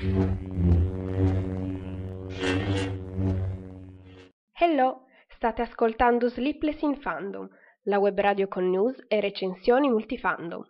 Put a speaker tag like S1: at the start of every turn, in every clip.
S1: Hello, state ascoltando Sleepless in Fandom, la web radio con news e recensioni multifandom.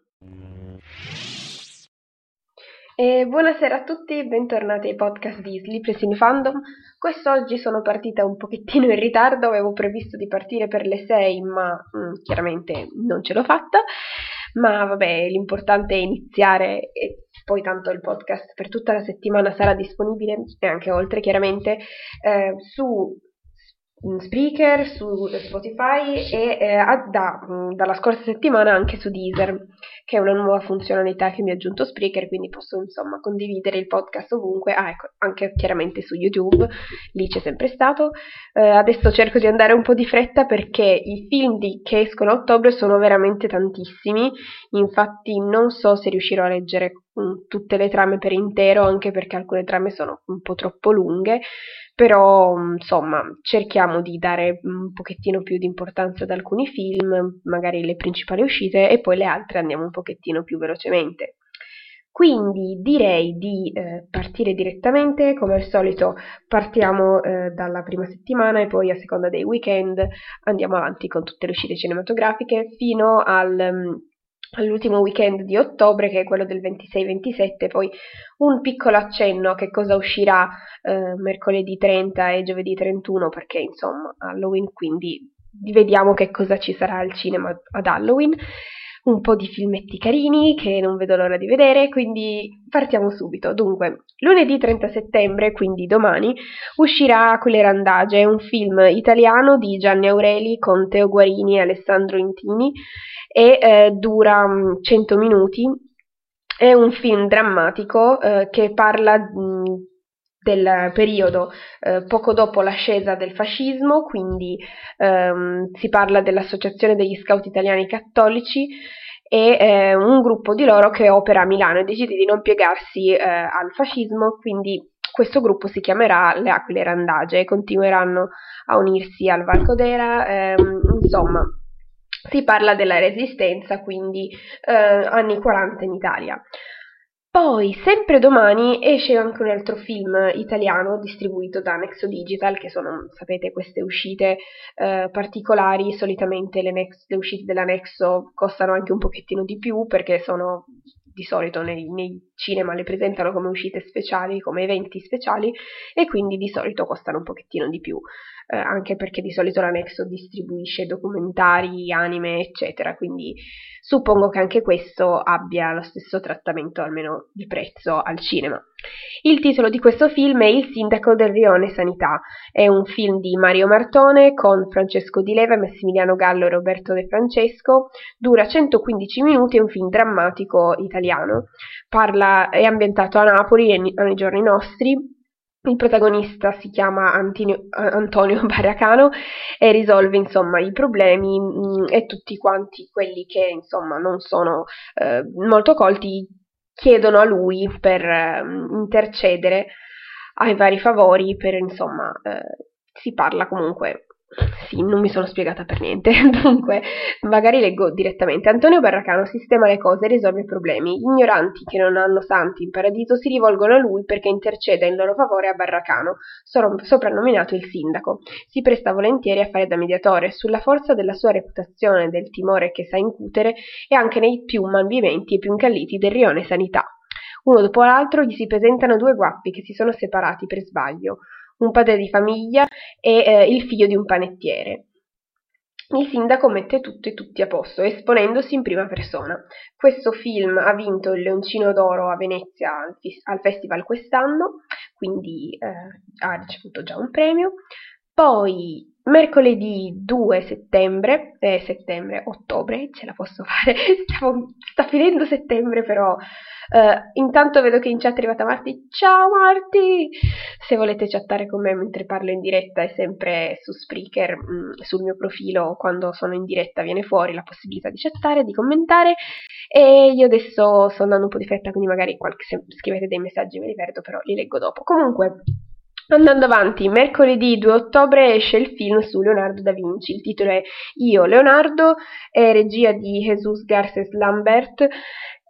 S1: E buonasera a tutti, bentornati ai podcast di Sleepless in Fandom. Quest'oggi sono partita un pochettino in ritardo, avevo previsto di partire per le 6, ma chiaramente non ce l'ho fatta. Ma vabbè, l'importante è iniziare e poi tanto il podcast per tutta la settimana sarà disponibile e anche oltre chiaramente su Spreaker, su Spotify e dalla scorsa settimana anche su Deezer, che è una nuova funzionalità che mi ha aggiunto Spreaker, quindi posso insomma condividere il podcast ovunque, ecco, anche chiaramente su YouTube, lì c'è sempre stato. Adesso cerco di andare un po' di fretta perché i film che escono a ottobre sono veramente tantissimi, infatti non so se riuscirò a leggere tutte le trame per intero, anche perché alcune trame sono un po' troppo lunghe, però insomma cerchiamo di dare un pochettino più di importanza ad alcuni film, magari le principali uscite, e poi le altre andiamo un pochettino più velocemente. Quindi direi di partire direttamente, come al solito partiamo dalla prima settimana e poi a seconda dei weekend andiamo avanti con tutte le uscite cinematografiche fino all'ultimo weekend di ottobre, che è quello del 26-27, poi un piccolo accenno a che cosa uscirà mercoledì 30 e giovedì 31, perché insomma Halloween, quindi vediamo che cosa ci sarà al cinema ad Halloween. Un po' di filmetti carini che non vedo l'ora di vedere, quindi partiamo subito. Dunque, lunedì 30 settembre, quindi domani, uscirà Aquile un film italiano di Gianni Aureli con Teo Guarini e Alessandro Intini e dura 100 minuti. È un film drammatico che parla del periodo poco dopo l'ascesa del fascismo, quindi si parla dell'Associazione degli Scout Italiani Cattolici e un gruppo di loro che opera a Milano e decide di non piegarsi al fascismo, quindi questo gruppo si chiamerà le Aquile Randage e continueranno a unirsi al Valcodera, insomma si parla della Resistenza, quindi anni 40 in Italia. Poi, sempre domani, esce anche un altro film italiano distribuito da Nexo Digital, che sono, sapete, queste uscite particolari. Solitamente le uscite della Nexo costano anche un pochettino di più, perché sono di solito nei cinema le presentano come uscite speciali, come eventi speciali, e quindi di solito costano un pochettino di più, anche perché di solito la Nexo distribuisce documentari, anime, eccetera, quindi suppongo che anche questo abbia lo stesso trattamento, almeno di prezzo, al cinema. Il titolo di questo film è Il sindaco del Rione Sanità. È un film di Mario Martone con Francesco Di Leva, Massimiliano Gallo e Roberto De Francesco. Dura 115 minuti, è un film drammatico italiano. È ambientato a Napoli nei giorni nostri. Il protagonista si chiama Antonio Barracano e risolve insomma i problemi e tutti quanti quelli che insomma non sono molto colti chiedono a lui per intercedere ai vari favori, per insomma si parla comunque. Sì, non mi sono spiegata per niente. Dunque, magari leggo direttamente. Antonio Barracano sistema le cose e risolve i problemi. Gli ignoranti che non hanno santi in paradiso si rivolgono a lui perché interceda in loro favore a Barracano, soprannominato il sindaco. Si presta volentieri a fare da mediatore, sulla forza della sua reputazione e del timore che sa incutere, e anche nei più malviventi e più incalliti del Rione Sanità. Uno dopo l'altro gli si presentano due guappi che si sono separati per sbaglio, un padre di famiglia e il figlio di un panettiere. Il sindaco mette tutto e tutti a posto, esponendosi in prima persona. Questo film ha vinto il Leoncino d'Oro a Venezia al festival quest'anno, quindi ha ricevuto già un premio. Poi mercoledì 2 ottobre, ce la posso fare, sta finendo settembre però, intanto vedo che in chat è arrivata Marti. Ciao Marti! Se volete chattare con me mentre parlo in diretta è sempre su Spreaker, sul mio profilo quando sono in diretta viene fuori la possibilità di chattare, di commentare, e io adesso sto andando un po' di fretta, quindi magari se scrivete dei messaggi me li perdo, però li leggo dopo. Comunque, andando avanti, mercoledì 2 ottobre esce il film su Leonardo da Vinci. Il titolo è Io, Leonardo, è regia di Jesus Garces Lambert,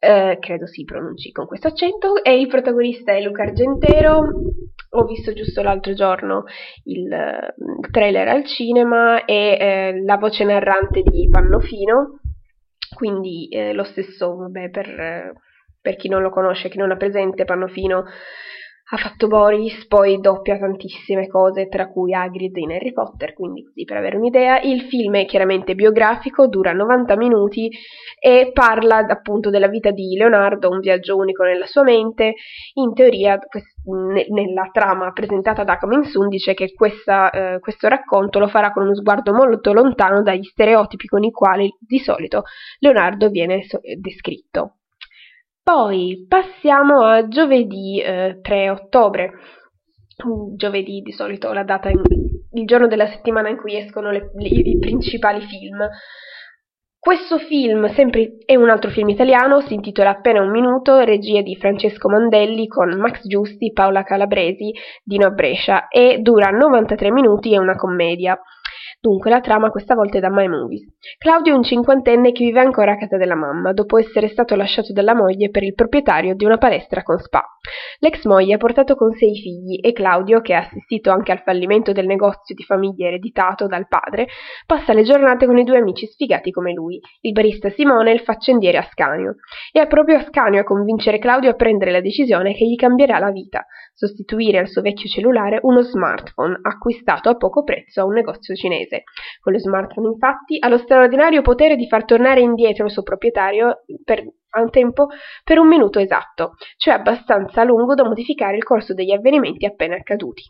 S1: credo si pronunci con questo accento, e il protagonista è Luca Argentero. Ho visto giusto l'altro giorno il trailer al cinema e la voce narrante di Pannofino, quindi lo stesso, vabbè, per chi non lo conosce, chi non ha presente, Pannofino ha fatto Boris, poi doppia tantissime cose, tra cui Hagrid in Harry Potter, quindi così per avere un'idea. Il film è chiaramente biografico, dura 90 minuti e parla appunto della vita di Leonardo, un viaggio unico nella sua mente. In teoria, nella trama presentata da Coming Soon, dice che questo racconto lo farà con uno sguardo molto lontano dagli stereotipi con i quali di solito Leonardo viene descritto. Poi passiamo a giovedì 3 ottobre. Giovedì di solito la data il giorno della settimana in cui escono i principali film. Questo film è un altro film italiano, si intitola Appena un minuto, regia di Francesco Mandelli con Max Giusti, Paola Calabresi, Dino Brescia, e dura 93 minuti, è una commedia. Dunque, la trama questa volta è da My Movies. Claudio è un cinquantenne che vive ancora a casa della mamma, dopo essere stato lasciato dalla moglie per il proprietario di una palestra con spa. L'ex moglie ha portato con sé i figli e Claudio, che ha assistito anche al fallimento del negozio di famiglia ereditato dal padre, passa le giornate con i due amici sfigati come lui, il barista Simone e il faccendiere Ascanio. E è proprio Ascanio a convincere Claudio a prendere la decisione che gli cambierà la vita: sostituire al suo vecchio cellulare uno smartphone acquistato a poco prezzo a un negozio cinese. Quello smartphone, infatti, ha lo straordinario potere di far tornare indietro il suo proprietario a un tempo per un minuto esatto, cioè abbastanza lungo da modificare il corso degli avvenimenti appena accaduti.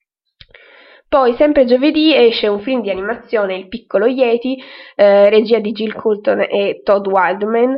S1: Poi, sempre giovedì, esce un film di animazione, Il piccolo Yeti, regia di Jill Coulton e Todd Wildman.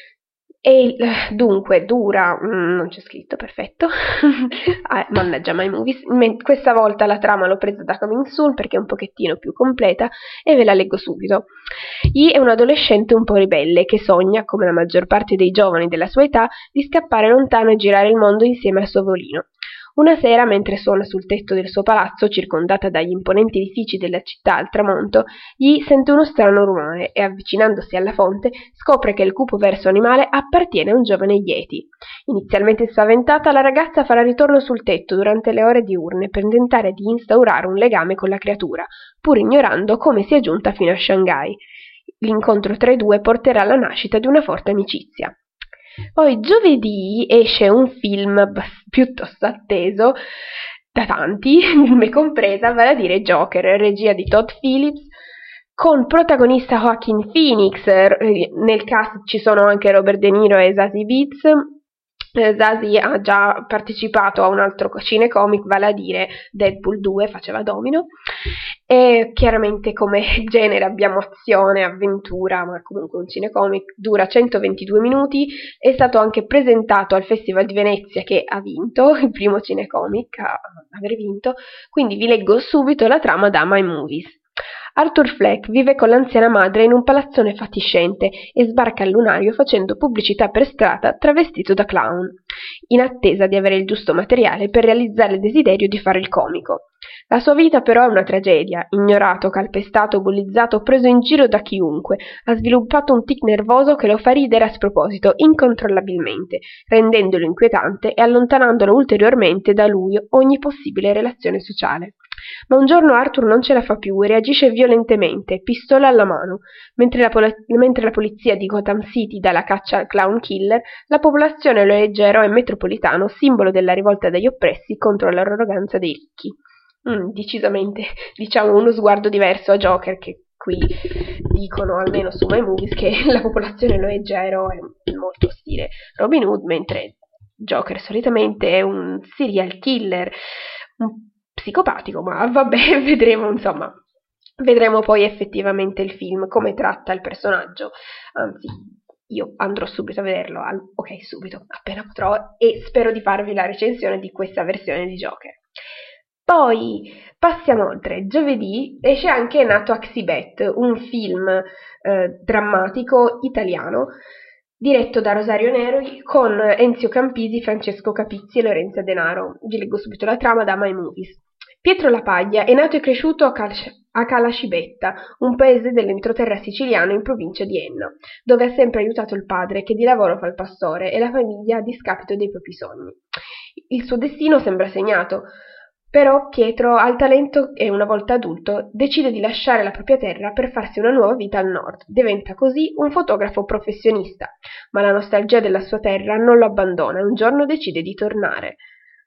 S1: E dunque dura, non c'è scritto, perfetto, mannaggia My Movies. Questa volta la trama l'ho presa da Coming Soon perché è un pochettino più completa e ve la leggo subito. Yi è un adolescente un po' ribelle che sogna, come la maggior parte dei giovani della sua età, di scappare lontano e girare il mondo insieme al suo violino. Una sera, mentre suona sul tetto del suo palazzo, circondata dagli imponenti edifici della città al tramonto, Yi sente uno strano rumore e, avvicinandosi alla fonte, scopre che il cupo verso animale appartiene a un giovane Yeti. Inizialmente spaventata, la ragazza farà ritorno sul tetto durante le ore diurne per tentare di instaurare un legame con la creatura, pur ignorando come sia giunta fino a Shanghai. L'incontro tra i due porterà alla nascita di una forte amicizia. Poi giovedì esce un film piuttosto atteso da tanti, me compresa, vale a dire Joker, regia di Todd Phillips, con protagonista Joaquin Phoenix. Nel cast ci sono anche Robert De Niro e Zazie Beetz. Zazie ha già partecipato a un altro cinecomic, vale a dire Deadpool 2, faceva Domino, e chiaramente come genere abbiamo azione, avventura, ma comunque un cinecomic, dura 122 minuti, è stato anche presentato al Festival di Venezia, che ha vinto, il primo cinecomic a aver vinto, quindi vi leggo subito la trama da My Movies. Arthur Fleck vive con l'anziana madre in un palazzone fatiscente e sbarca al lunario facendo pubblicità per strada travestito da clown, in attesa di avere il giusto materiale per realizzare il desiderio di fare il comico. La sua vita però è una tragedia: ignorato, calpestato, bullizzato, preso in giro da chiunque, ha sviluppato un tic nervoso che lo fa ridere a sproposito, incontrollabilmente, rendendolo inquietante e allontanandolo ulteriormente da lui ogni possibile relazione sociale. Ma un giorno Arthur non ce la fa più e reagisce violentemente, pistola alla mano. Mentre la polizia di Gotham City dà la caccia al clown killer, la popolazione lo elegge eroe metropolitano, simbolo della rivolta degli oppressi contro l'arroganza dei ricchi. Decisamente, diciamo, uno sguardo diverso a Joker, che qui dicono, almeno su My Movies, che la popolazione lo legge eroe molto stile Robin Hood, mentre Joker solitamente è un serial killer, un psicopatico, ma vabbè, vedremo poi effettivamente il film, come tratta il personaggio. Anzi, io andrò subito a vederlo, subito, appena potrò, e spero di farvi la recensione di questa versione di Joker. Poi passiamo oltre. Giovedì esce anche Nato Axibet, un film drammatico italiano diretto da Rosario Neri con Enzio Campisi, Francesco Capizzi e Lorenza Denaro. Vi leggo subito la trama da My Movies. Pietro Lapaglia è nato e cresciuto a Cala Civetta, un paese dell'entroterra siciliano in provincia di Enna, dove ha sempre aiutato il padre, che di lavoro fa il pastore, e la famiglia a discapito dei propri sogni. Il suo destino sembra segnato, però Pietro ha il talento e, una volta adulto, decide di lasciare la propria terra per farsi una nuova vita al nord. Diventa così un fotografo professionista, ma la nostalgia della sua terra non lo abbandona e un giorno decide di tornare.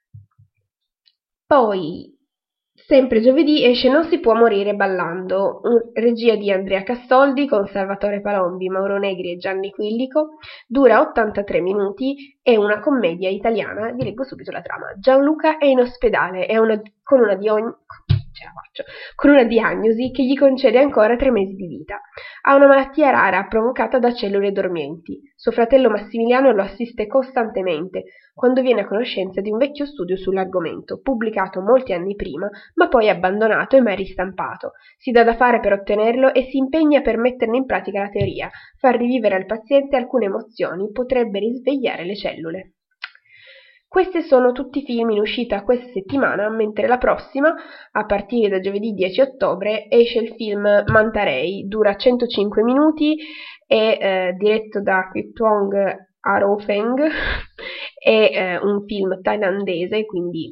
S1: Poi, sempre giovedì, esce Non si può morire ballando, regia di Andrea Castoldi con Salvatore Palombi, Mauro Negri e Gianni Quillico, dura 83 minuti, è una commedia italiana, vi leggo subito la trama. Gianluca è in ospedale con una diagnosi che gli concede ancora 3 mesi di vita. Ha una malattia rara provocata da cellule dormienti. Suo fratello Massimiliano lo assiste costantemente quando viene a conoscenza di un vecchio studio sull'argomento, pubblicato molti anni prima, ma poi abbandonato e mai ristampato. Si dà da fare per ottenerlo e si impegna per metterne in pratica la teoria. Far rivivere al paziente alcune emozioni potrebbe risvegliare le cellule. Questi sono tutti i film in uscita questa settimana, mentre la prossima, a partire da giovedì 10 ottobre, esce il film Mantarei, dura 105 minuti, è diretto da Kitwong Arofeng, è un film thailandese, quindi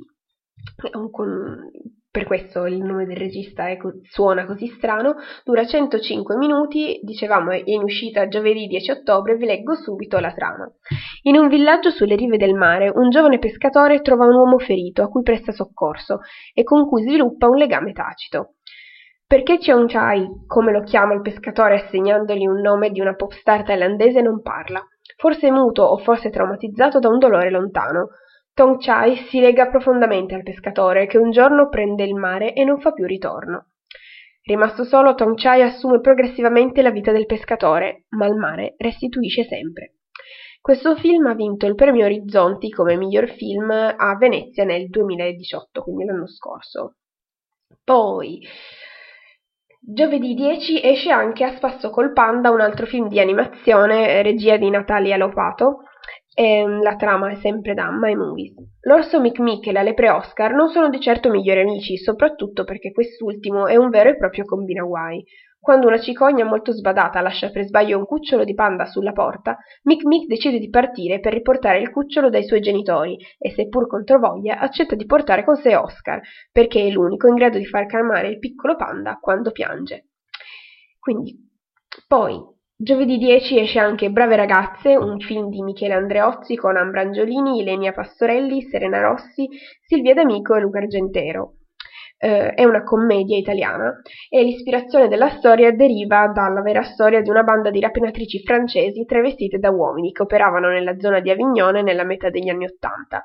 S1: per questo il nome del regista suona così strano, dura 105 minuti, dicevamo è in uscita giovedì 10 ottobre, vi leggo subito la trama. In un villaggio sulle rive del mare, un giovane pescatore trova un uomo ferito a cui presta soccorso e con cui sviluppa un legame tacito. Perché Cheong Chai, come lo chiama il pescatore assegnandogli un nome di una pop star thailandese, non parla. Forse muto o forse traumatizzato da un dolore lontano. Tong Chai si lega profondamente al pescatore che un giorno prende il mare e non fa più ritorno. Rimasto solo, Tong Chai assume progressivamente la vita del pescatore, ma il mare restituisce sempre. Questo film ha vinto il premio Orizzonti come miglior film a Venezia nel 2018, quindi l'anno scorso. Poi, giovedì 10 esce anche A spasso col panda, un altro film di animazione, regia di Natalia Lopato. La trama è sempre da My Movies. L'orso Mic Mic e la lepre Oscar non sono di certo migliori amici, soprattutto perché quest'ultimo è un vero e proprio combinaguai. Quando una cicogna molto sbadata lascia per sbaglio un cucciolo di panda sulla porta, Mic Mic decide di partire per riportare il cucciolo dai suoi genitori e, seppur controvoglia, accetta di portare con sé Oscar, perché è l'unico in grado di far calmare il piccolo panda quando piange. Quindi, poi, giovedì 10 esce anche Brave ragazze, un film di Michele Andreozzi con Ambra Angiolini, Ilenia Pastorelli, Serena Rossi, Silvia D'Amico e Luca Argentero. È una commedia italiana e l'ispirazione della storia deriva dalla vera storia di una banda di rapinatrici francesi travestite da uomini che operavano nella zona di Avignone nella metà degli anni '80.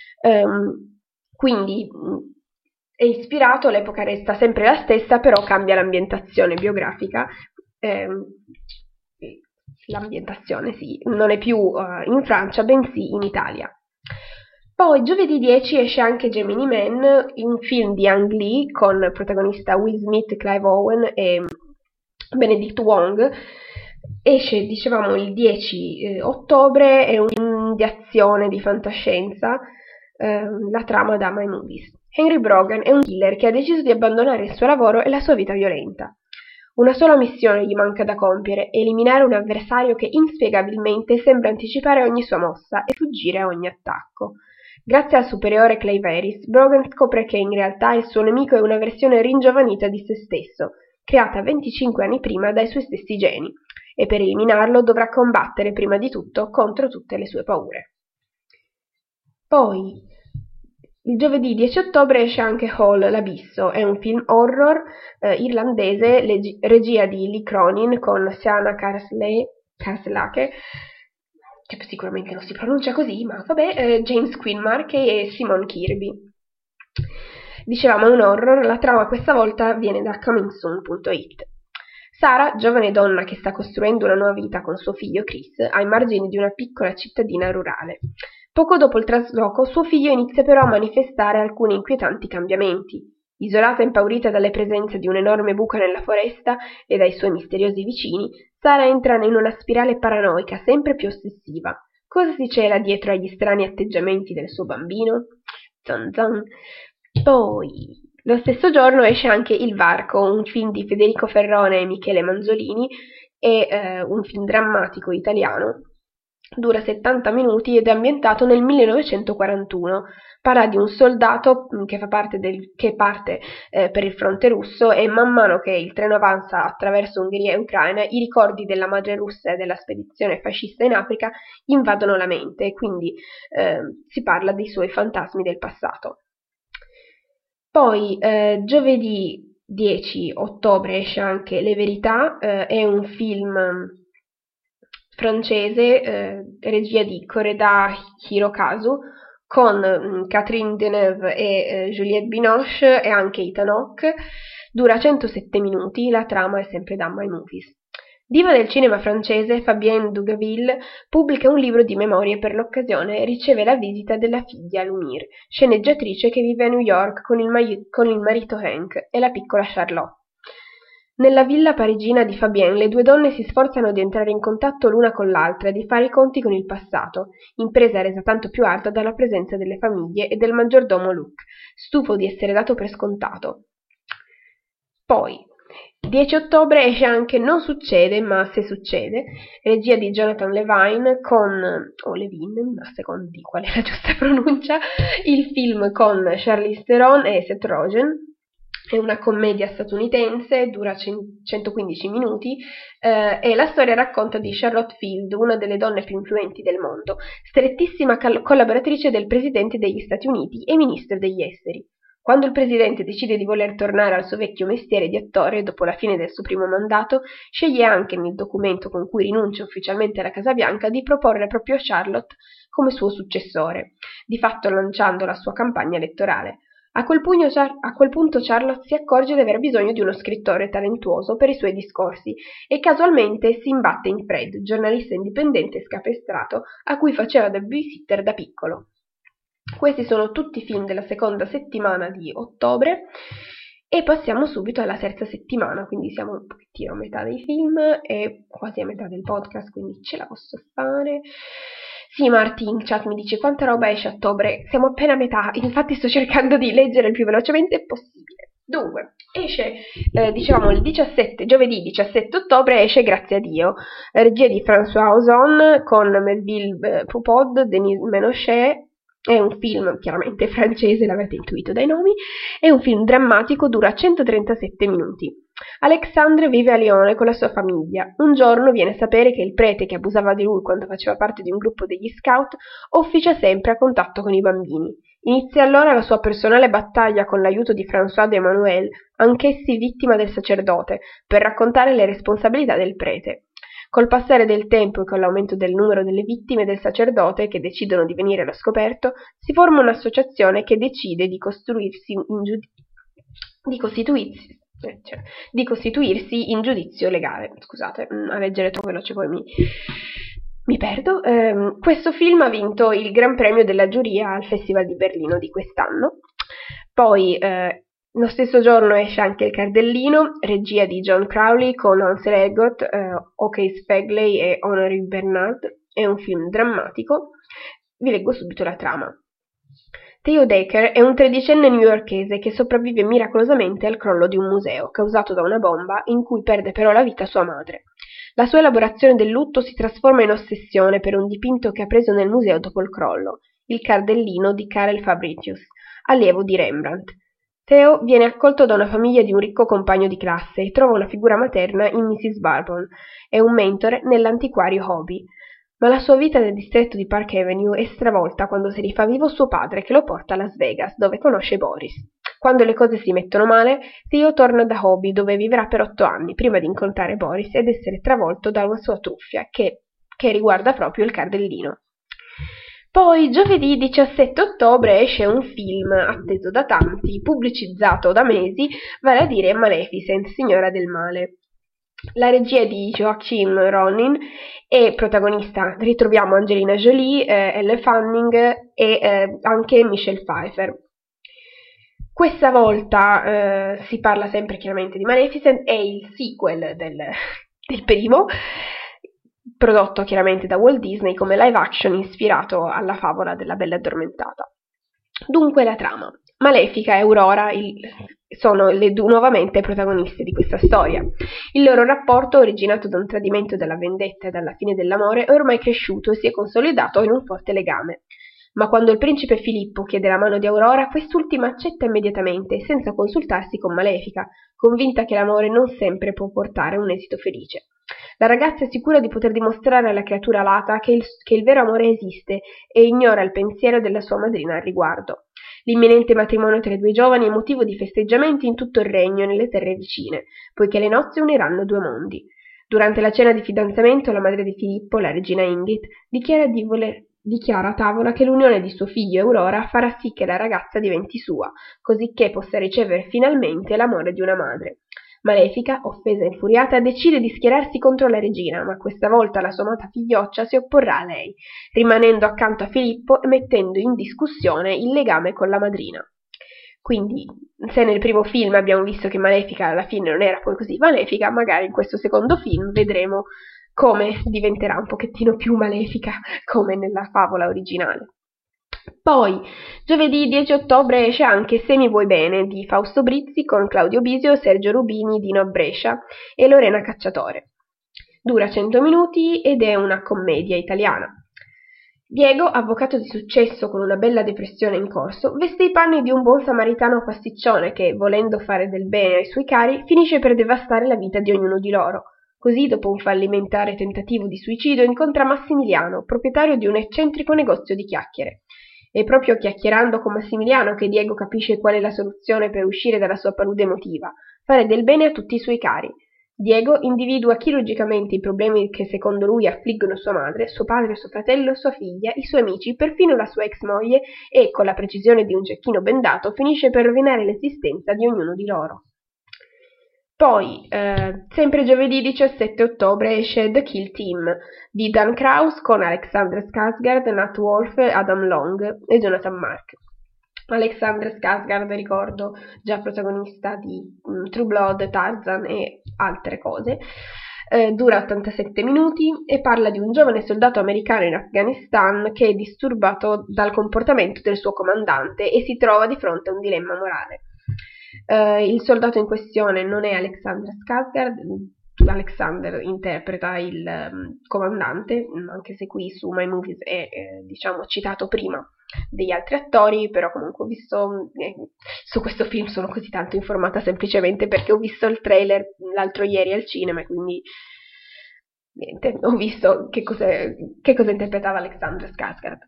S1: Quindi è ispirato, l'epoca resta sempre la stessa, però cambia l'ambientazione biografica. L'ambientazione sì, non è più in Francia, bensì in Italia. Poi giovedì 10 esce anche Gemini Man, un film di Ang Lee con protagonista Will Smith, Clive Owen e Benedict Wong. Esce, dicevamo, il 10 ottobre, è un film di azione, di fantascienza, la trama da My Movies. Henry Brogan è un killer che ha deciso di abbandonare il suo lavoro e la sua vita violenta. Una sola missione gli manca da compiere: eliminare un avversario che inspiegabilmente sembra anticipare ogni sua mossa e fuggire a ogni attacco. Grazie al superiore Clay Veris, Brogan scopre che in realtà il suo nemico è una versione ringiovanita di se stesso, creata 25 anni prima dai suoi stessi geni, e per eliminarlo dovrà combattere prima di tutto contro tutte le sue paure. Poi, il giovedì 10 ottobre esce anche Hall, l'abisso, è un film horror irlandese, regia di Lee Cronin con Sienna Karslake, che sicuramente non si pronuncia così, ma vabbè, James Quinmark e Simon Kirby. Dicevamo è un horror, la trama questa volta viene da comingsoon.it. Sara, giovane donna che sta costruendo una nuova vita con suo figlio Chris, ai margini di una piccola cittadina rurale. Poco dopo il trasloco, suo figlio inizia però a manifestare alcuni inquietanti cambiamenti. Isolata e impaurita dalle presenze di un'enorme buca nella foresta e dai suoi misteriosi vicini, Sara entra in una spirale paranoica sempre più ossessiva. Cosa si cela dietro agli strani atteggiamenti del suo bambino? Zan zan. Poi, Lo stesso giorno esce anche Il Varco, un film di Federico Ferrone e Michele Manzolini, è un film drammatico italiano, dura 70 minuti ed è ambientato nel 1941. Parla di un soldato che parte per il fronte russo e man mano che il treno avanza attraverso Ungheria e Ucraina, i ricordi della madre russa e della spedizione fascista in Africa invadono la mente e quindi si parla dei suoi fantasmi del passato. Poi giovedì 10 ottobre esce anche Le Verità, è un film francese, regia di Koreda Hirokazu, con Catherine Deneuve e Juliette Binoche e anche Ethan Hawke. Dura 107 minuti, la trama è sempre da My Movies. Diva del cinema francese Fabienne Dugaville pubblica un libro di memorie per l'occasione e riceve la visita della figlia Lumire, sceneggiatrice che vive a New York con il marito Hank e la piccola Charlotte. Nella villa parigina di Fabienne le due donne si sforzano di entrare in contatto l'una con l'altra e di fare i conti con il passato, impresa resa tanto più ardua dalla presenza delle famiglie e del maggiordomo Luc, stufo di essere dato per scontato. Poi, 10 ottobre esce anche Non succede, ma se succede, regia di Jonathan Levine o Levine, a seconda di qual è la giusta pronuncia, il film con Charlize Theron e Seth Rogen. È una commedia statunitense, dura 115 minuti e la storia racconta di Charlotte Field, una delle donne più influenti del mondo, strettissima collaboratrice del Presidente degli Stati Uniti e Ministro degli Esteri. Quando il Presidente decide di voler tornare al suo vecchio mestiere di attore dopo la fine del suo primo mandato, sceglie anche nel documento con cui rinuncia ufficialmente alla Casa Bianca di proporre proprio Charlotte come suo successore, di fatto lanciando la sua campagna elettorale. A quel punto Charlotte si accorge di aver bisogno di uno scrittore talentuoso per i suoi discorsi e casualmente si imbatte in Fred, giornalista indipendente e scapestrato a cui faceva da babysitter da piccolo. Questi sono tutti i film della seconda settimana di ottobre e passiamo subito alla terza settimana, quindi siamo un pochettino a metà dei film e quasi a metà del podcast, quindi ce la posso fare. Sì, Marti in chat mi dice quanta roba esce a ottobre, siamo appena a metà, infatti sto cercando di leggere il più velocemente possibile. Dunque, esce, giovedì 17 ottobre esce Grazie a Dio, regia di François Ozon con Melville Poupeau, Denis Ménochet. È un film chiaramente francese, l'avrete intuito dai nomi, è un film drammatico, dura 137 minuti. Alexandre vive a Lione con la sua famiglia. Un giorno viene a sapere che il prete che abusava di lui quando faceva parte di un gruppo degli scout officia sempre a contatto con i bambini. Inizia allora la sua personale battaglia con l'aiuto di François de Manuel, anch'essi vittima del sacerdote, per raccontare le responsabilità del prete. Col passare del tempo e con l'aumento del numero delle vittime del sacerdote che decidono di venire allo scoperto, si forma un'associazione che decide di costituirsi in giudizio legale. Scusate, a leggere troppo veloce poi mi perdo. Questo film ha vinto il Gran Premio della giuria al Festival di Berlino di quest'anno. Poi lo stesso giorno esce anche Il Cardellino, regia di John Crowley con Ansel Elgort, O'Kay Spegley e Honoré Bernard. È un film drammatico. Vi leggo subito la trama. Theo Decker è un tredicenne newyorkese che sopravvive miracolosamente al crollo di un museo causato da una bomba in cui perde però la vita sua madre. La sua elaborazione del lutto si trasforma in ossessione per un dipinto che ha preso nel museo dopo il crollo, Il Cardellino di Karel Fabritius, allievo di Rembrandt. Theo viene accolto da una famiglia di un ricco compagno di classe e trova una figura materna in Mrs. Barbon e un mentore nell'antiquario Hobby. Ma la sua vita nel distretto di Park Avenue è stravolta quando si rifà vivo suo padre che lo porta a Las Vegas, dove conosce Boris. Quando le cose si mettono male, Theo torna da Hobby, dove vivrà per 8 anni, prima di incontrare Boris ed essere travolto da una sua truffia, che riguarda proprio il Cardellino. Poi giovedì 17 ottobre esce un film atteso da tanti, pubblicizzato da mesi, vale a dire Maleficent, Signora del Male. La regia di Joachim Ronin e protagonista ritroviamo Angelina Jolie, Elle Fanning e anche Michelle Pfeiffer. Questa volta si parla sempre chiaramente di Maleficent, è il sequel del primo, prodotto chiaramente da Walt Disney come live action ispirato alla favola della Bella Addormentata. Dunque la trama. Malefica e Aurora sono nuovamente protagoniste di questa storia. Il loro rapporto, originato da un tradimento dalla vendetta e dalla fine dell'amore, è ormai cresciuto e si è consolidato in un forte legame. Ma quando il principe Filippo chiede la mano di Aurora, quest'ultima accetta immediatamente, senza consultarsi con Malefica, convinta che l'amore non sempre può portare un esito felice. La ragazza è sicura di poter dimostrare alla creatura alata che il vero amore esiste e ignora il pensiero della sua madrina al riguardo. L'imminente matrimonio tra i due giovani è motivo di festeggiamenti in tutto il regno e nelle terre vicine, poiché le nozze uniranno due mondi. Durante la cena di fidanzamento, la madre di Filippo, la regina Ingrid, dichiara a tavola che l'unione di suo figlio Aurora farà sì che la ragazza diventi sua, cosicché possa ricevere finalmente l'amore di una madre. Malefica, offesa e infuriata, decide di schierarsi contro la regina, ma questa volta la sua amata figlioccia si opporrà a lei, rimanendo accanto a Filippo e mettendo in discussione il legame con la madrina. Quindi, se nel primo film abbiamo visto che Malefica alla fine non era poi così malefica, magari in questo secondo film vedremo come diventerà un pochettino più malefica, come nella favola originale. Poi, giovedì 10 ottobre esce anche Se mi vuoi bene di Fausto Brizzi con Claudio Bisio, Sergio Rubini, Dino Brescia e Lorena Cacciatore. Dura 100 minuti ed è una commedia italiana. Diego, avvocato di successo con una bella depressione in corso, veste i panni di un buon samaritano pasticcione che, volendo fare del bene ai suoi cari, finisce per devastare la vita di ognuno di loro. Così, dopo un fallimentare tentativo di suicidio, incontra Massimiliano, proprietario di un eccentrico negozio di chiacchiere. È proprio chiacchierando con Massimiliano che Diego capisce qual è la soluzione per uscire dalla sua palude emotiva: fare del bene a tutti i suoi cari. Diego individua chirurgicamente i problemi che secondo lui affliggono sua madre, suo padre, suo fratello, sua figlia, i suoi amici, perfino la sua ex moglie e, con la precisione di un cecchino bendato, finisce per rovinare l'esistenza di ognuno di loro. Poi, sempre giovedì 17 ottobre esce The Kill Team di Dan Kraus con Alexander Skarsgård, Nat Wolff, Adam Long e Jonathan Mark. Alexander Skarsgård, ricordo, già protagonista di True Blood, Tarzan e altre cose. Dura 87 minuti e parla di un giovane soldato americano in Afghanistan che è disturbato dal comportamento del suo comandante e si trova di fronte a un dilemma morale. Il soldato in questione non è Alexander Skarsgård. Alexander interpreta il comandante, anche se qui su My Movies è diciamo citato prima degli altri attori, però comunque ho visto su questo film sono così tanto informata semplicemente perché ho visto il trailer l'altro ieri al cinema e quindi niente, ho visto che cosa interpretava Alexander Skarsgård.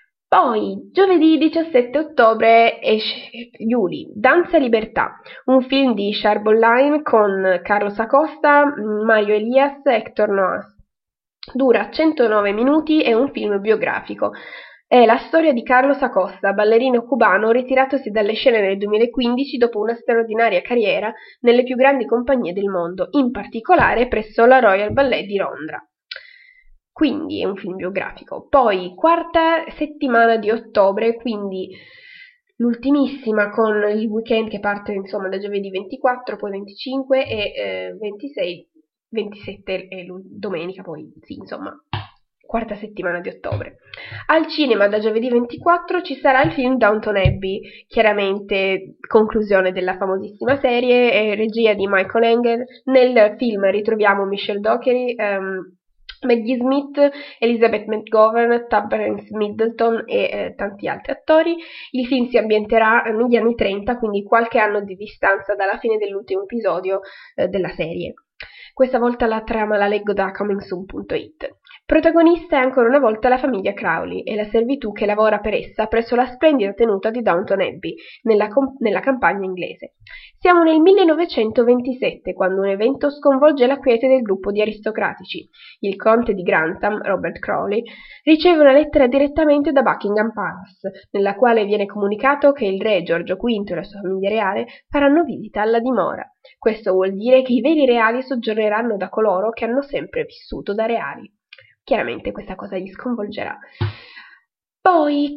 S1: Poi, giovedì 17 ottobre esce Yuli, Danza e Libertà, un film di Charbon Line con Carlos Acosta, Mario Elias e Hector Noas. Dura 109 minuti e è un film biografico. È la storia di Carlos Acosta, ballerino cubano ritiratosi dalle scene nel 2015 dopo una straordinaria carriera nelle più grandi compagnie del mondo, in particolare presso la Royal Ballet di Londra. Quindi è un film biografico. Poi, quarta settimana di ottobre, quindi l'ultimissima con il weekend che parte insomma da giovedì 24, poi 25 e 26, 27 e domenica, poi sì, insomma, quarta settimana di ottobre. Al cinema da giovedì 24 ci sarà il film Downton Abbey, chiaramente conclusione della famosissima serie, regia di Michael Engel. Nel film ritroviamo Michelle Dockery, Maggie Smith, Elizabeth McGovern, Terence Middleton e tanti altri attori. Il film si ambienterà negli anni 30, quindi qualche anno di distanza dalla fine dell'ultimo episodio della serie. Questa volta la trama la leggo da comingsoon.it. Protagonista è ancora una volta la famiglia Crowley e la servitù che lavora per essa presso la splendida tenuta di Downton Abbey, nella campagna inglese. Siamo nel 1927, quando un evento sconvolge la quiete del gruppo di aristocratici. Il conte di Grantham, Robert Crowley, riceve una lettera direttamente da Buckingham Palace, nella quale viene comunicato che il re Giorgio V e la sua famiglia reale faranno visita alla dimora. Questo vuol dire che i veri reali soggiorneranno da coloro che hanno sempre vissuto da reali. Chiaramente questa cosa gli sconvolgerà. Poi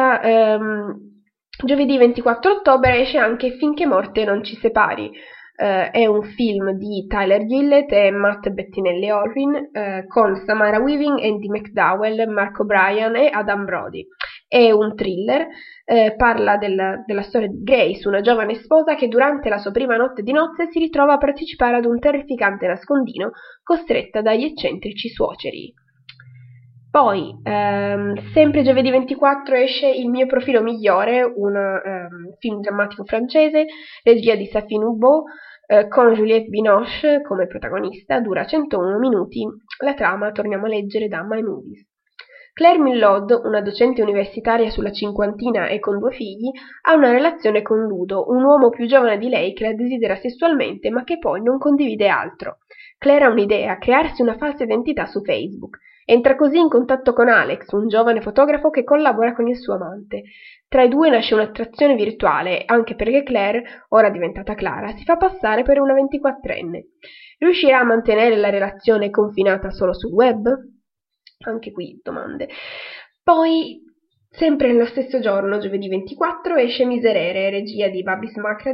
S1: giovedì 24 ottobre esce anche Finché morte non ci separi. È un film di Tyler Gillett e Matt Bettinelli-Olvin con Samara Weaving, Andy McDowell, Mark O'Brien e Adam Brody. È un thriller, parla della storia di Grace, una giovane sposa che durante la sua prima notte di nozze si ritrova a partecipare ad un terrificante nascondino costretta dagli eccentrici suoceri. Poi, sempre giovedì 24 esce Il mio profilo migliore, un film drammatico francese, regia di Safin Houbo, con Juliette Binoche come protagonista, dura 101 minuti. La trama torniamo a leggere da My Movies. Claire Millod, una docente universitaria sulla cinquantina e con 2 figli, ha una relazione con Ludo, un uomo più giovane di lei che la desidera sessualmente ma che poi non condivide altro. Claire ha un'idea, crearsi una falsa identità su Facebook. Entra così in contatto con Alex, un giovane fotografo che collabora con il suo amante. Tra i due nasce un'attrazione virtuale, anche perché Claire, ora diventata Clara, si fa passare per una 24enne. Riuscirà a mantenere la relazione confinata solo sul web? Anche qui domande. Poi, sempre nello stesso giorno, giovedì 24, esce Miserere, regia di Babis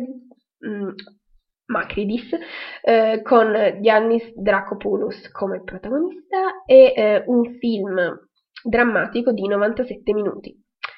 S1: Makridis, con Giannis Dracopoulos come protagonista, e un film drammatico di 97 minuti.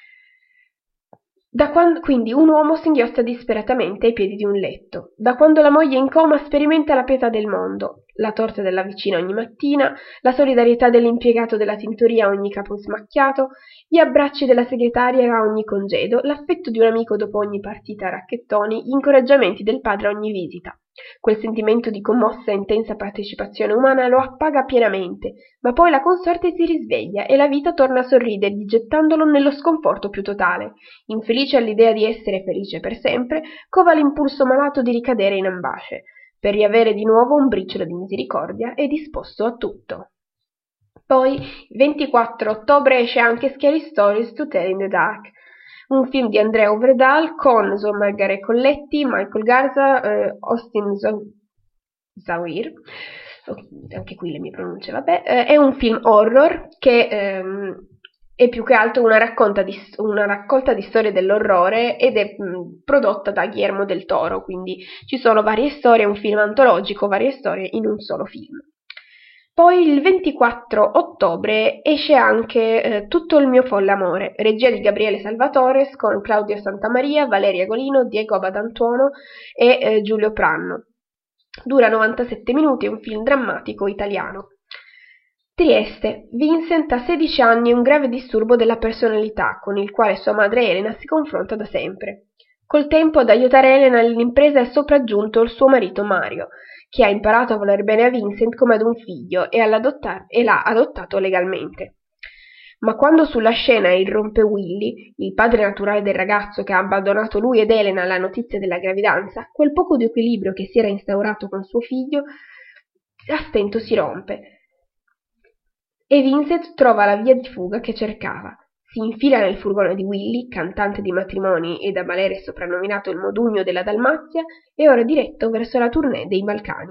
S1: Quindi un uomo si inghiosta disperatamente ai piedi di un letto. Da quando la moglie è in coma sperimenta la pietà del mondo, la torta della vicina ogni mattina, la solidarietà dell'impiegato della tintoria a ogni capo smacchiato, gli abbracci della segretaria a ogni congedo, l'affetto di un amico dopo ogni partita a racchettoni, gli incoraggiamenti del padre a ogni visita. Quel sentimento di commossa e intensa partecipazione umana lo appaga pienamente, ma poi la consorte si risveglia e la vita torna a sorridergli gettandolo nello sconforto più totale. Infelice all'idea di essere felice per sempre, cova l'impulso malato di ricadere in ambasce. Per riavere di nuovo un briciolo di misericordia è disposto a tutto. Poi, il 24 ottobre esce anche Scary Stories to Tell in the Dark, un film di Andrea Ovredal con Zoe Margaret Colletti, Michael Garza, Austin Zawir, anche qui le mie pronunce, vabbè. È un film horror che è più che altro una raccolta di storie dell'orrore ed è prodotta da Guillermo del Toro, quindi ci sono varie storie, è un film antologico, varie storie in un solo film. Poi il 24 ottobre esce anche Tutto il mio folle amore, regia di Gabriele Salvatores con Claudia Santamaria, Valeria Golino, Diego Abadantuono e Giulio Pranno. Dura 97 minuti, è un film drammatico italiano. Trieste. Vincent ha 16 anni e un grave disturbo della personalità, con il quale sua madre Elena si confronta da sempre. Col tempo, ad aiutare Elena nell'impresa è sopraggiunto il suo marito Mario, che ha imparato a voler bene a Vincent come ad un figlio e l'ha adottato legalmente. Ma quando sulla scena irrompe Willy, il padre naturale del ragazzo che ha abbandonato lui ed Elena alla notizia della gravidanza, quel poco di equilibrio che si era instaurato con suo figlio a stento si rompe e Vincent trova la via di fuga che cercava. Si infila nel furgone di Willy, cantante di matrimoni e da Malere soprannominato il Modugno della Dalmazia, e ora diretto verso la tournée dei Balcani.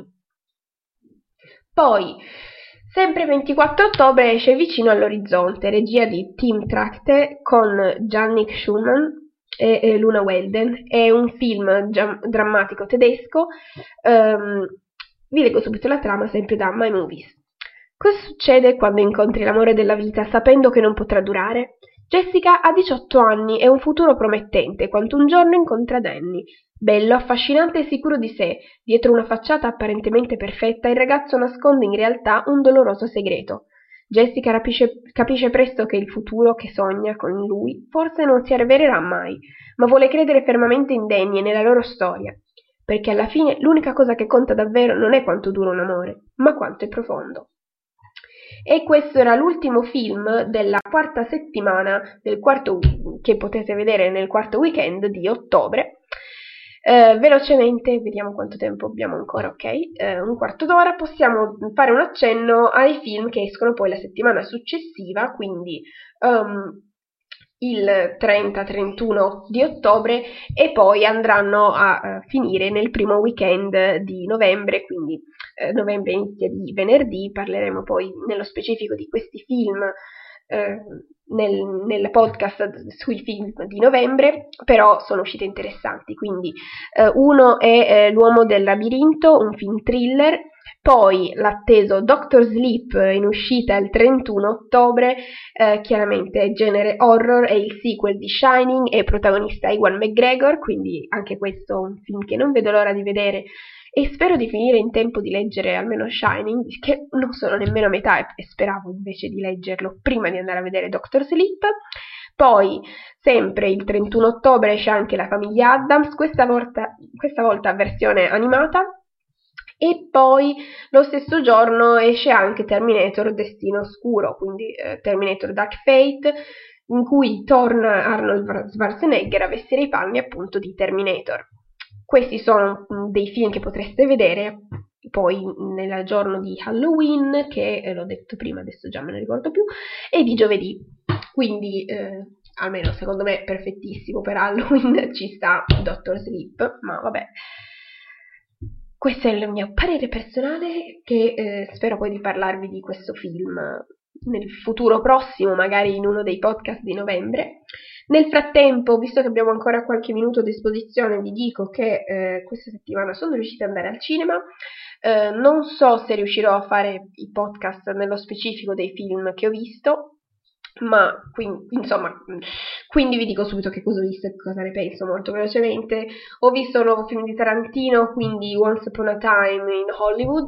S1: Poi, sempre 24 ottobre esce Vicino all'orizzonte, regia di Tim Trachte con Jannik Schumann e Luna Welden. È un film drammatico tedesco. Vi leggo subito la trama sempre da My Movies. Cosa succede quando incontri l'amore della vita sapendo che non potrà durare? Jessica ha 18 anni e un futuro promettente quando un giorno incontra Danny. Bello, affascinante e sicuro di sé, dietro una facciata apparentemente perfetta il ragazzo nasconde in realtà un doloroso segreto. Jessica capisce presto che il futuro che sogna con lui forse non si avvererà mai, ma vuole credere fermamente in Danny e nella loro storia, perché alla fine l'unica cosa che conta davvero non è quanto dura un amore, ma quanto è profondo. E questo era l'ultimo film della quarta settimana, che potete vedere nel quarto weekend di ottobre. Velocemente, vediamo quanto tempo abbiamo ancora, ok? Un quarto d'ora, possiamo fare un accenno ai film che escono poi la settimana successiva, quindi il 30-31 di ottobre, e poi andranno a finire nel primo weekend di novembre, quindi novembre inizia di venerdì. Parleremo poi nello specifico di questi film nel podcast sui film di novembre, però sono uscite interessanti. Quindi uno è L'uomo del labirinto, un film thriller Poi l'atteso Doctor Sleep in uscita il 31 ottobre, chiaramente genere horror, è il sequel di Shining e protagonista Ewan McGregor, quindi anche questo un film che non vedo l'ora di vedere e spero di finire in tempo di leggere almeno Shining, che non sono nemmeno a metà e speravo invece di leggerlo prima di andare a vedere Doctor Sleep. Poi, sempre il 31 ottobre, esce anche La famiglia Addams, questa volta versione animata. E poi lo stesso giorno esce anche Terminator Destino Oscuro, quindi Terminator Dark Fate, in cui torna Arnold Schwarzenegger a vestire i panni appunto di Terminator. Questi sono dei film che potreste vedere poi nel giorno di Halloween, che l'ho detto prima, adesso già me ne ricordo più, e di giovedì. Quindi, almeno secondo me, perfettissimo per Halloween, ci sta Doctor Sleep, ma vabbè. Questo è il mio parere personale, che spero poi di parlarvi di questo film nel futuro prossimo, magari in uno dei podcast di novembre. Nel frattempo, visto che abbiamo ancora qualche minuto a disposizione, vi dico che questa settimana sono riuscita ad andare al cinema. Non so se riuscirò a fare i podcast nello specifico dei film che ho visto, ma quindi vi dico subito che cosa ho visto e cosa ne penso molto velocemente. Ho visto un nuovo film di Tarantino, quindi Once Upon a Time in Hollywood,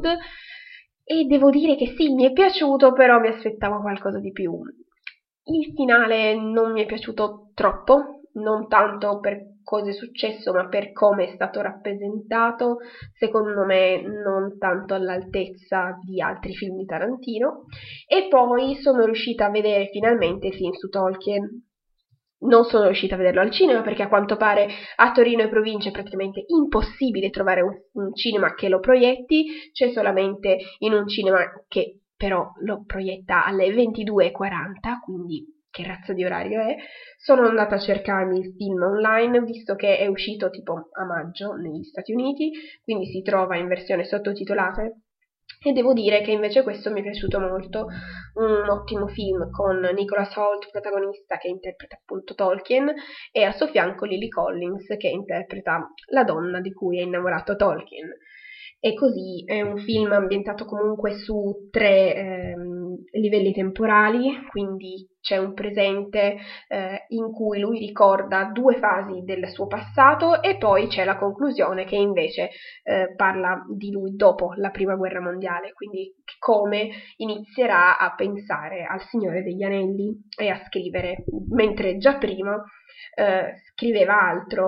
S1: e devo dire che sì, mi è piaciuto, però mi aspettavo qualcosa di più. Il finale non mi è piaciuto troppo, non tanto per cosa è successo, ma per come è stato rappresentato, secondo me non tanto all'altezza di altri film di Tarantino. E poi sono riuscita a vedere finalmente il film su Tolkien. Non sono riuscita a vederlo al cinema perché a quanto pare a Torino e provincia è praticamente impossibile trovare un cinema che lo proietti, c'è solamente in un cinema che però lo proietta alle 22:40, quindi che razza di orario è? Sono andata a cercarmi il film online, visto che è uscito tipo a maggio negli Stati Uniti, quindi si trova in versione sottotitolata, e devo dire che invece questo mi è piaciuto molto, un ottimo film con Nicholas Hoult protagonista, che interpreta appunto Tolkien, e al suo fianco Lily Collins che interpreta la donna di cui è innamorato Tolkien. E così è un film ambientato comunque su 3 livelli temporali, quindi c'è un presente in cui lui ricorda 2 fasi del suo passato, e poi c'è la conclusione che invece parla di lui dopo la prima guerra mondiale, quindi come inizierà a pensare al Signore degli Anelli e a scrivere, mentre già prima scriveva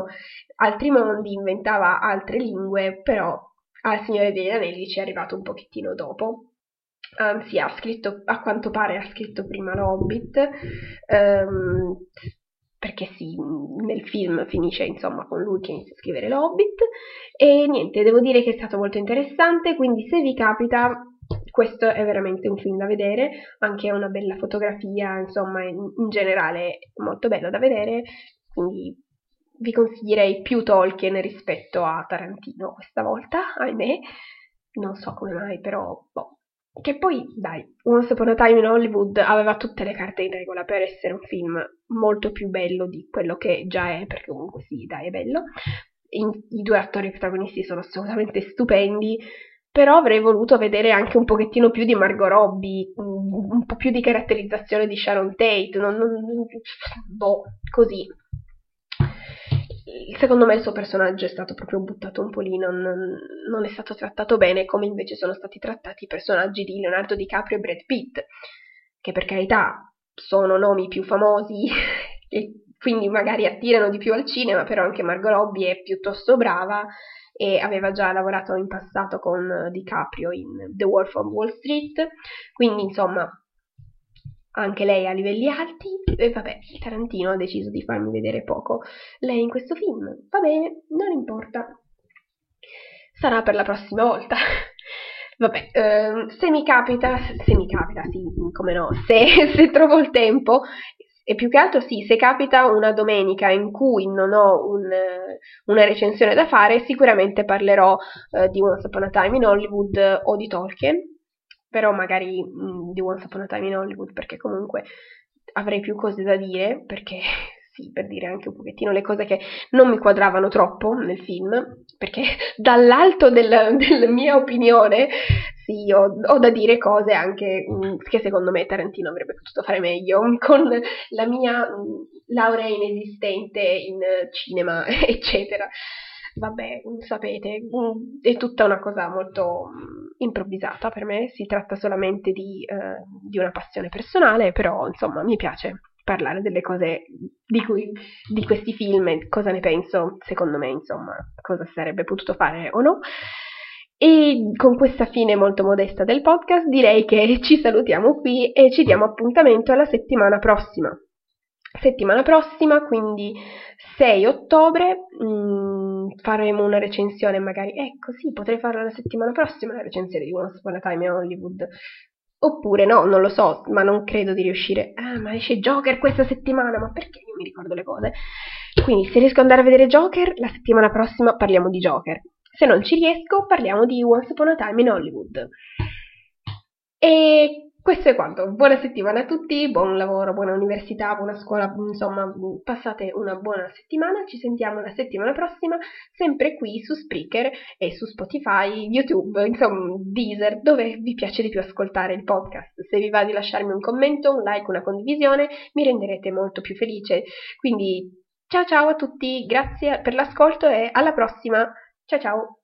S1: altri mondi, inventava altre lingue, però al Signore degli Anelli ci è arrivato un pochettino dopo. Anzi, a quanto pare ha scritto prima l'Hobbit, perché sì, nel film finisce insomma con lui che inizia a scrivere l'Hobbit, e niente, devo dire che è stato molto interessante, quindi se vi capita, questo è veramente un film da vedere, anche una bella fotografia, insomma, in generale molto bello da vedere, quindi vi consiglierei più Tolkien rispetto a Tarantino questa volta, ahimè, non so come mai, però boh. Che poi, dai, Once Upon a Time in Hollywood aveva tutte le carte in regola per essere un film molto più bello di quello che già è, perché comunque sì, dai, è bello. I 2 attori protagonisti sono assolutamente stupendi, però avrei voluto vedere anche un pochettino più di Margot Robbie, un po' più di caratterizzazione di Sharon Tate, boh, così. Secondo me il suo personaggio è stato proprio buttato un po' lì, non è stato trattato bene, come invece sono stati trattati i personaggi di Leonardo DiCaprio e Brad Pitt, che per carità sono nomi più famosi e quindi magari attirano di più al cinema, però anche Margot Robbie è piuttosto brava e aveva già lavorato in passato con DiCaprio in The Wolf of Wall Street, quindi insomma anche lei a livelli alti, e vabbè, Tarantino ha deciso di farmi vedere poco lei in questo film, va bene, non importa, sarà per la prossima volta. Vabbè, se mi capita, sì, come no, se trovo il tempo, e più che altro sì, se capita una domenica in cui non ho una recensione da fare, sicuramente parlerò di Once Upon a Time in Hollywood o di Tolkien, però magari di Once Upon a Time in Hollywood, perché comunque avrei più cose da dire, perché sì, per dire anche un pochettino le cose che non mi quadravano troppo nel film, perché dall'alto della mia opinione sì, ho da dire cose anche che secondo me Tarantino avrebbe potuto fare meglio, con la mia laurea inesistente in cinema, eccetera. Vabbè, sapete, è tutta una cosa molto improvvisata per me, si tratta solamente di una passione personale, però insomma mi piace parlare delle cose di questi film e cosa ne penso, secondo me, insomma, cosa sarebbe potuto fare o no. E con questa fine molto modesta del podcast direi che ci salutiamo qui e ci diamo appuntamento alla settimana prossima. Settimana prossima, quindi 6 ottobre, faremo una recensione magari, ecco sì, potrei farla la settimana prossima, la recensione di Once Upon a Time in Hollywood. Oppure no, non lo so, ma non credo di riuscire. Ah, ma esce Joker questa settimana, ma perché io mi ricordo le cose? Quindi se riesco ad andare a vedere Joker, la settimana prossima parliamo di Joker. Se non ci riesco, parliamo di Once Upon a Time in Hollywood. E questo è quanto. Buona settimana a tutti, buon lavoro, buona università, buona scuola, insomma, passate una buona settimana. Ci sentiamo la settimana prossima, sempre qui su Spreaker e su Spotify, YouTube, insomma, Deezer, dove vi piace di più ascoltare il podcast. Se vi va di lasciarmi un commento, un like, una condivisione, mi renderete molto più felice. Quindi ciao ciao a tutti, grazie per l'ascolto e alla prossima. Ciao ciao!